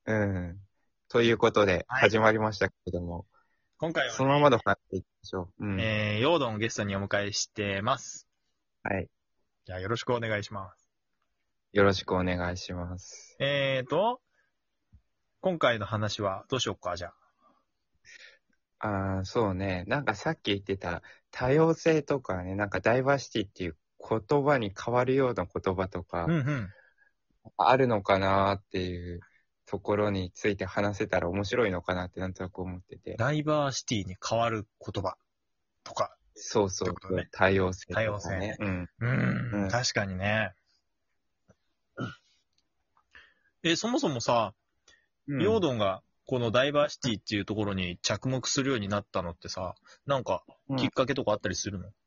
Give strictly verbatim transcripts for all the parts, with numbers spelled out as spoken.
うん。ということで、 はい。 始まりましたけれども、 今回はね、 そのままで話していきましょう。うん。 えー、ヨードンをゲストにお迎えしてます。 はい。 じゃあよろしくお願いします。 よろしくお願いします。 えーと、今回の話はどうしよっか、じゃああ、そうね。なんかさっき言ってた多様性とかね、なんかダイバーシティっていう言葉に変わるような言葉とあ。うか、 んうん。 あるのかなっていうところについて話せたら面白いのかなってなんとなく思ってて。 ダイバーシティに変わる言葉とかそうそうそう、 ってことね。 多様性多とかね。 様性ね。 うん。 うーん、 うん。 確かにね。え、そもそもさ、 うん。 ヨードンがこのダイバーシティっていうところに着目するようになったのってさ、なんかうん。 きっかけとかあったりするの？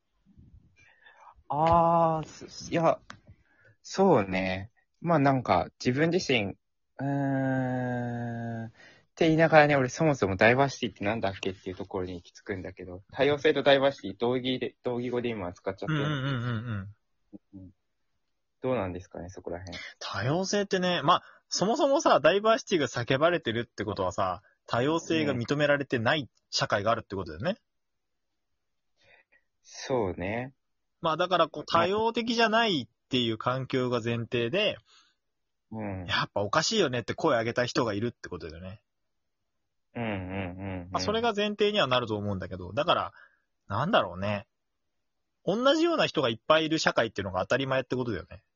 ああ、すいや、そうね。まあなんか自分自身、うーん、って言いながらね、俺そもそもダイバーシティってなんだっけっていうところに行き着くんだけど、多様性とダイバーシティ同義で、同義語で今扱っちゃっうんうんうんたような気がする。 うんうん。 うん、どうなんですかね、そこら辺。 多様性ってね、まあ、そもそもさ、ダイバーシティが叫ばれてるってことはさ、多様性がうん。 認められてない社会があるってことだよね。 そうね。 まあ、だからこう、多まあ、 様的じゃないっていう環境が前提で、 うん。 やっぱおかしいよねって声を上げた人がいるってことだよね。 うんうんうんまあ、 うん。 それが前提にはなると思うんだけど、だから、なんだろうね。同じような人がいっぱいいる社会っていうのが当たり前ってことだよね。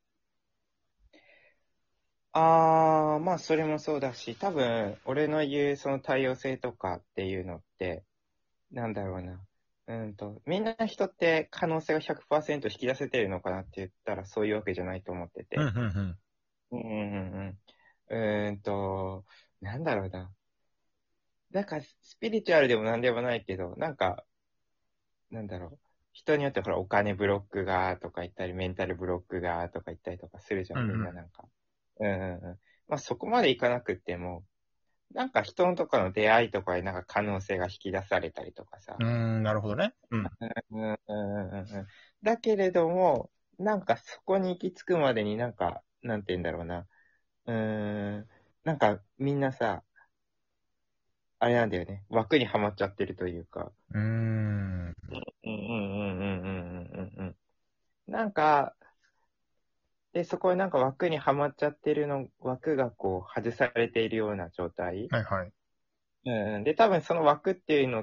ああ、まあそれもそうだし、多分、俺の言うその多様性とかっていうのって、なんだろうな。うんと、みんな人って可能性がひゃくパーセント引き出せてるのかなって言ったらそういうわけじゃないと思ってうん、うて。 ん、うん。 うんうんうんうん。うーんと、なんだろうな。なんかスピリチュアルでもなんでもないけど、なんか、なんだろう。人によってほらお金ブロックがとか言ったり、メンタルブロックがとか言ったりとかするじゃん、みんなうん、 なんか。うんうんうん。まあそこまでいかなくっても、なんか人とかの出会いとかになんか可能性が引き出されたりとかさ。 うん。うーん、なるほどね。うん。 うんうんうんうんうん。だけれども、なんかそこに行き着くまでになんか、なんて言うんだろうな。うーん、なんかみんなさ、あれなんだよね。枠にはまっちゃってるというか。 うーん。 うんうんうんうんうんうんうんうん。なんか、で、そこになんか枠にはまっちゃってるの、枠がこう外されているような状態。 はいはい。 うんうん。で、多分その枠っていうのって、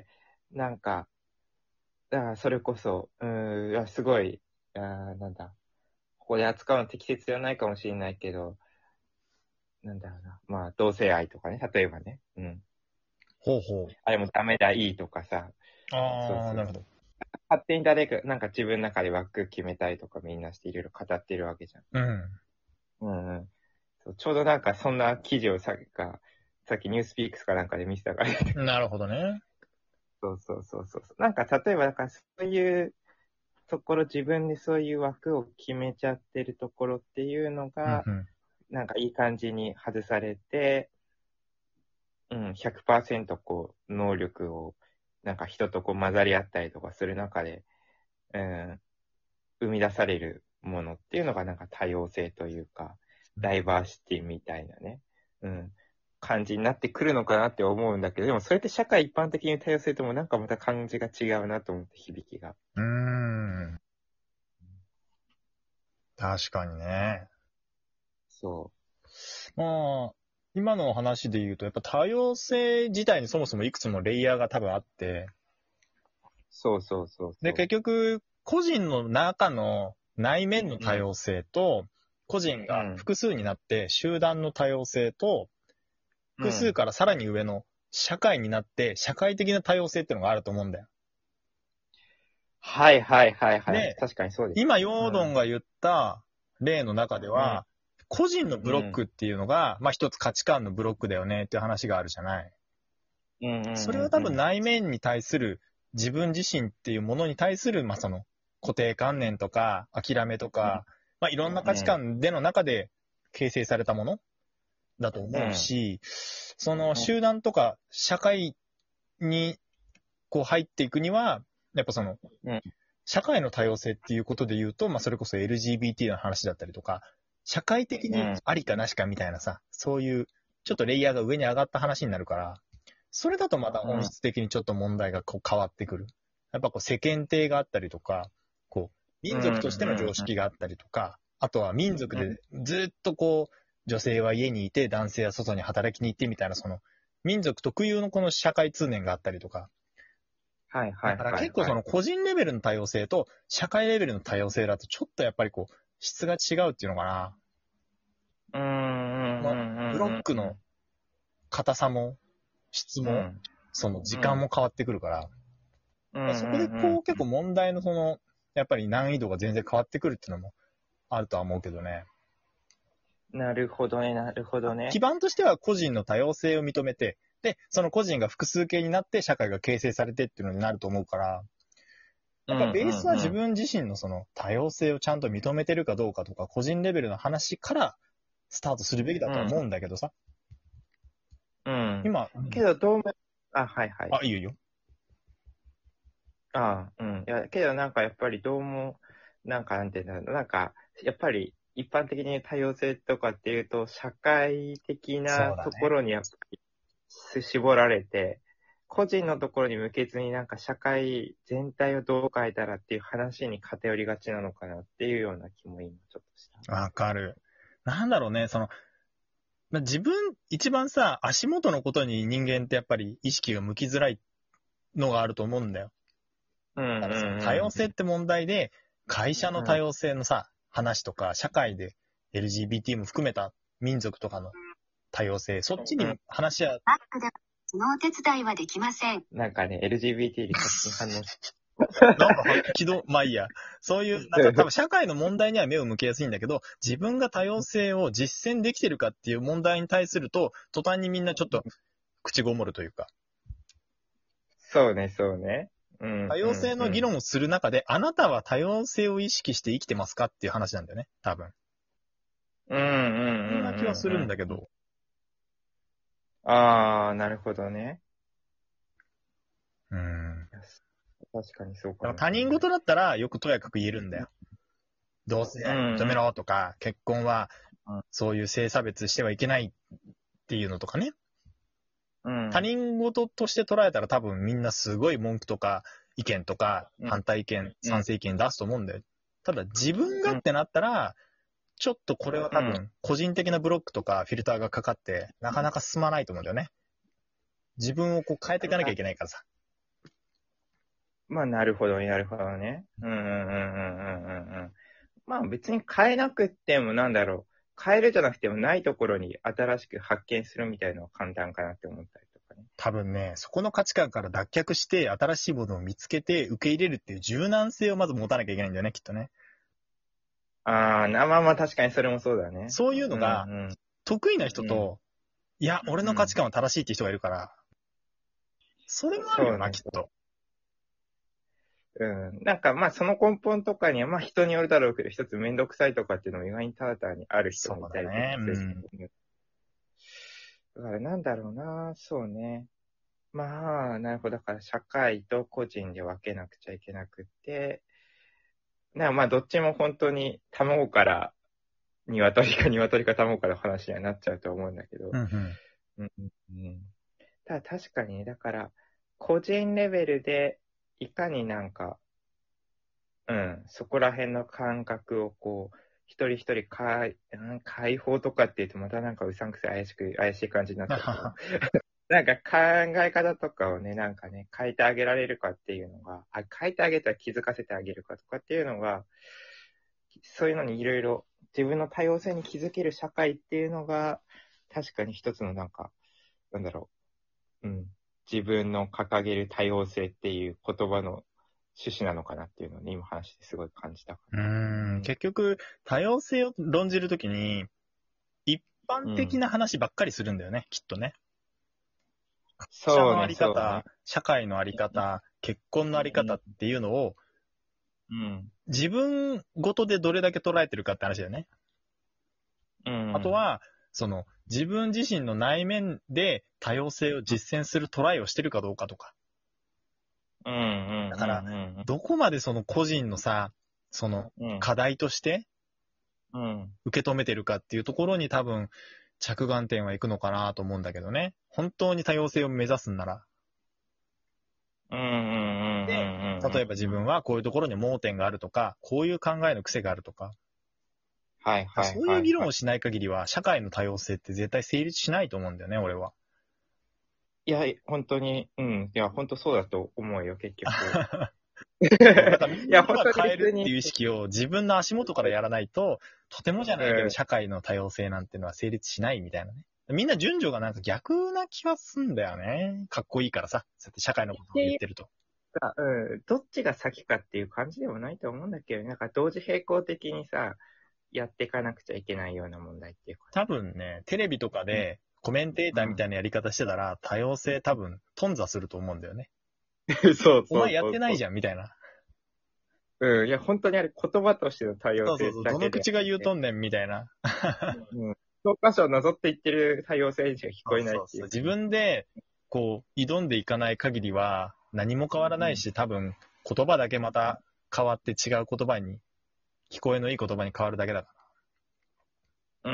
なんか、だからそれこそ、うーん、いやすごい、あーなんだ、ここで扱うの適切ではないかもしれないけど、なんだろうな。まあ、同性愛とかね、例えばね。うん。 ほうほう。 あれもダメだ、いいとかさ。そうあー、 そうそう。 なるほど。 勝手に誰か、なんか自分の中で枠決めたりとかみんなしていろいろ語ってるわけじゃん。 うん。 うんうん。そうちょうどなんかそんな記事をさっきか、さっきニュースピークスかなんかで見せたからなるほどね。 そうそうそうそう。なんか例えば、なんかそういうところ、自分でそういう枠を決めちゃってるところっていうのが、 うんうん。 なんかいい感じに外されて、うん、ひゃくパーセントこう、能力を、なんか人とこう混ざり合ったりとかする中で、うん、生み出されるものっていうのがなんか多様性というか、ダイバーシティみたいなね、うん、感じになってくるのかなって思うんだけど、でもそれって社会一般的に多様性ともなんかまた感じが違うなと思って響きが。 うーん。確かにね。 そまあ、今の話で言うと、やっぱ多様性自体にそもそもいくつもレイヤーが多分あって、 う。そうそうそうで、 そ結局、個人の中の内面のう。うん。 多様性と、個人うん。 が複数になって集団の多様性と、複数うん。 からさらに上の社会になって社会的な多様性っていうのがあると思うんだよ。 はいはいはいはい。 で、 確かにそうです。 今、ヨードンうん。 が言った例の中でうん。 は、個人のブうん。 ロックっていうのが、まあ一つ価値観のブロックだよねっていう話があるじゃない。 うんうんそれはうんうん。 多分内面に対する自分自身っていうものに対する、まあその固定観念とか諦めとか、まあいろんな価値観での中で形成されたものだと思ううん。 し、その集団とか社会にこう入っていくには、やっぱそのうん。 社会の多様性っていうことで言うと、まあそれこそ エルジービーティー の話だったりとか、社会的うん。 にありかなしかみたいなさ、そういうちょっとレイヤーが上に上がった話になるから、それだとまた本質的にちょっと問題がこう変わってくる。やっぱこう世間体があったりとか、こう、民族としての常識があったりとか、あとは民族でずっとこう、女性は家にいて男性は外に働きに行ってみたいな、その、民族特有のこの社会通念があったりとか、 はいはいはい、 だから結構その個人レベルの多様性と社会レベルの多様性だとちょっとやっぱりこう、質が違うっていうのかな。 うーん。 まあ、ブロックの硬さも質も、 うんその時間も変わってくるから、 うんまあそこでこう結構問題のその、やっぱり難易度が全然変わってくるっていうのもあるとは思うけどね。 なるほどね、なるほどね基。盤としては個人の多様性を認めて、で、その個人が複数形になって社会が形成されてっていうのになると思うから、やっぱベースは自分自身のその多様性をちゃんと認めてるかどうかとか、個人レベルの話からスタートするべきだとは思うんだけどさ。 うん。 今、 けどどうも、あ、はいはい。 あ、いいよいいよ。 ああ、うん。いや、けどなんかやっぱりどうも、なんかなんていうんだろう、なんか、やっぱり一般的に多様性とかっていうと、社会的なところにやっぱり絞られて、個人のところに向けずになんか社会全体をどう変えたらっていう話に偏りがちなのかなっていうような気も今ちょっとした。 わかる。なんだろうね、その、まあ、自分、一番さ、足元のことに人間ってやっぱり意識が向きづらいのがあると思うんだよ。 うんうんうん、 だからその多様性って問題で、会社の多様性のさ、話とか、社会で エルジービーティー も含めた民族とかの多様性、そっちに話し合う。 そのお手伝いはできません。 なんかね、エルジービーティー に勝手に反応しなんか起動、まあいいや。そういう、なんか多分社会の問題には目を向けやすいんだけど、自分が多様性を実践できてるかっていう問題に対すると、途端にみんなちょっと口ごもるというか。 そうね、そうね。うん、 多様性の議論をする中で、あなたは多様性を意識して生きてますかっていう話なんだよね、多分。 うんうんうん。 そんな気はするんだけど。 ああ、なるほどね。 うん。 確かにそうかも。 他人事だったらよくとやかく言えるんだよ。同性愛認めろとか、結婚はそういう性差別してはいけないっていうのとかね。 うん、 他人事として捉えたら多分みんなすごい文句とか意見とか反対意見、うん、賛成意見出すと思うんだよ。ただ自分がってなったら、ちょっとこれは多分個人的なブロックとかフィルターがかかってなかなか進まないと思うんだよね。自分をこう変えていかなきゃいけないからさ。 まあなるほどね、なるほどね。うんうんうんうんうんうん。まあ別に変えなくってもなんだろう。変えるじゃなくてもないところに新しく発見するみたいなのは簡単かなって思ったりとかね。 多分ね、そこの価値観から脱却して新しいものを見つけて受け入れるっていう柔軟性をまず持たなきゃいけないんだよね、きっとね。 ああ、まあまあ確かにそれもそうだね。 そういうのが、 うんうん、 得意な人と、うん、いや、俺の価値観は正しいって人がいるから、それもあるよな、ね、きっと。 うん。なんかまあその根本とかにはまあ人によるだろうけど、一つめんどくさいとかっていうのも意外にただ単にある人もいたりとかする。 ね、うん。 だからなんだろうな、そうね。まあ、なるほど。だから社会と個人で分けなくちゃいけなくって、なまあどっちも本当に卵から鶏か鶏か卵から話にはなっちゃうと思うんだけど。 うんうんうんうん、ただ確かにね、だから個人レベルでいかになんか、うん、そこら辺の感覚をこう、一人一人解、解放とかって言うとまたなんかうさんくさい怪しく、怪しい感じになっちゃうけど。なんか考え方とかをね、なんかね、変えてあげられるかっていうのが、あ、変えてあげたら気づかせてあげるかとかっていうのが、そういうのにいろいろ自分の多様性に気づける社会っていうのが、確かに一つのなんか、なんだろう、うん、自分の掲げる多様性っていう言葉の趣旨なのかなっていうのをね、今話してすごい感じたかな。うーん、結局、多様性を論じるときに、一般的な話ばっかりするんだよね、うん、きっとね。 そうね、 社のあり方、 ね、 社会のあり方、結婚のあり方っていうのを、 うん、 自分ごとでどれだけ捉えてるかって話だよね。 うん、 あとは、その、自分自身の内面で多様性を実践するトライをしてるかどうかとか。 うんうん、 だから、どこまでその個人のさ、その課題として受け止めてるかっていうところに多分着眼点はいくのかなと思うんだけどね。本当に多様性を目指すんなら。 うんうんうんうんうん。 例えば自分はこういうところに盲点があるとか、こういう考えの癖があるとか、 はいはいはい、はい。 そういう議論をしない限りは、社会の多様性って絶対成立しないと思うんだよね、俺は。 いや、本当に、うん。いや、本当そうだと思うよ、結局。 だからみんいや、 なが本当に変えるっていう意に。 識を自分の足元からやらないと、とてもじゃないけど、 うん社会の多様性なんてのは成立しないみたいなね。みんな順序がなんか逆な気がすんだよね。かっこいいからさ。そうやって社会のことを言ってると。 うん、どっちが先かっていう感じでもないと思うんだけど、なんか同時並行的にさ、やっていかなくちゃいけないような問題っていうか。 多分ね、テレビとかでコメンテーターみたいなやり方してたら、多様性多分頓挫すると思うんだよね。 そうそうそう。 お前やってないじゃん。 ゃんみたいな。 うん、いや、本当にあれ言葉としての多そ様うそうそう。 性だけで。 どの口が言うとんねんみたいな。 うん。教科書をなぞって言ってる多様性にしか聞こえないっていう。 そうそうそう自分で、こう、挑んでいかない限りは何も変わらないし、多分言葉だけまた変わって違う言葉に、聞こえのいい言葉に変わるだけだから。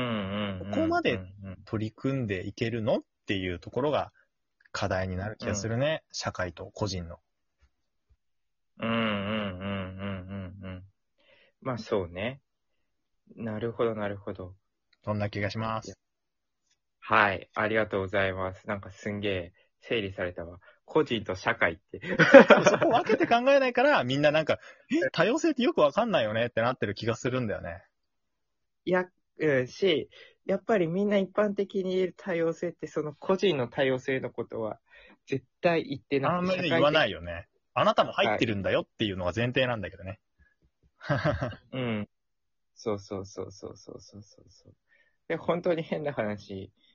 うんうんうんうん。 ここまで取り組んでいけるのっていうところが課題になる気がするね。うん、社会と個人の。 うんうんうんうんうんうん。まあそうね。なるほどなるほど。 そんな気がします。 はい。ありがとうございます。なんかすんげえ整理されたわ。個人と社会って。 そこ分けて考えないから、みんななんか、え、多様性ってよくわかんないよねってなってる気がするんだよね。 いや、うんし、やっぱりみんな一般的に言える多様性って、その個人の多様性のことは絶対言ってなくて、 あんまり言わないよね。あなたも入ってるんだよっていうのが前提なんだけどね。 うん。そうそうそうそうそうそうそう。で、本当に変な話、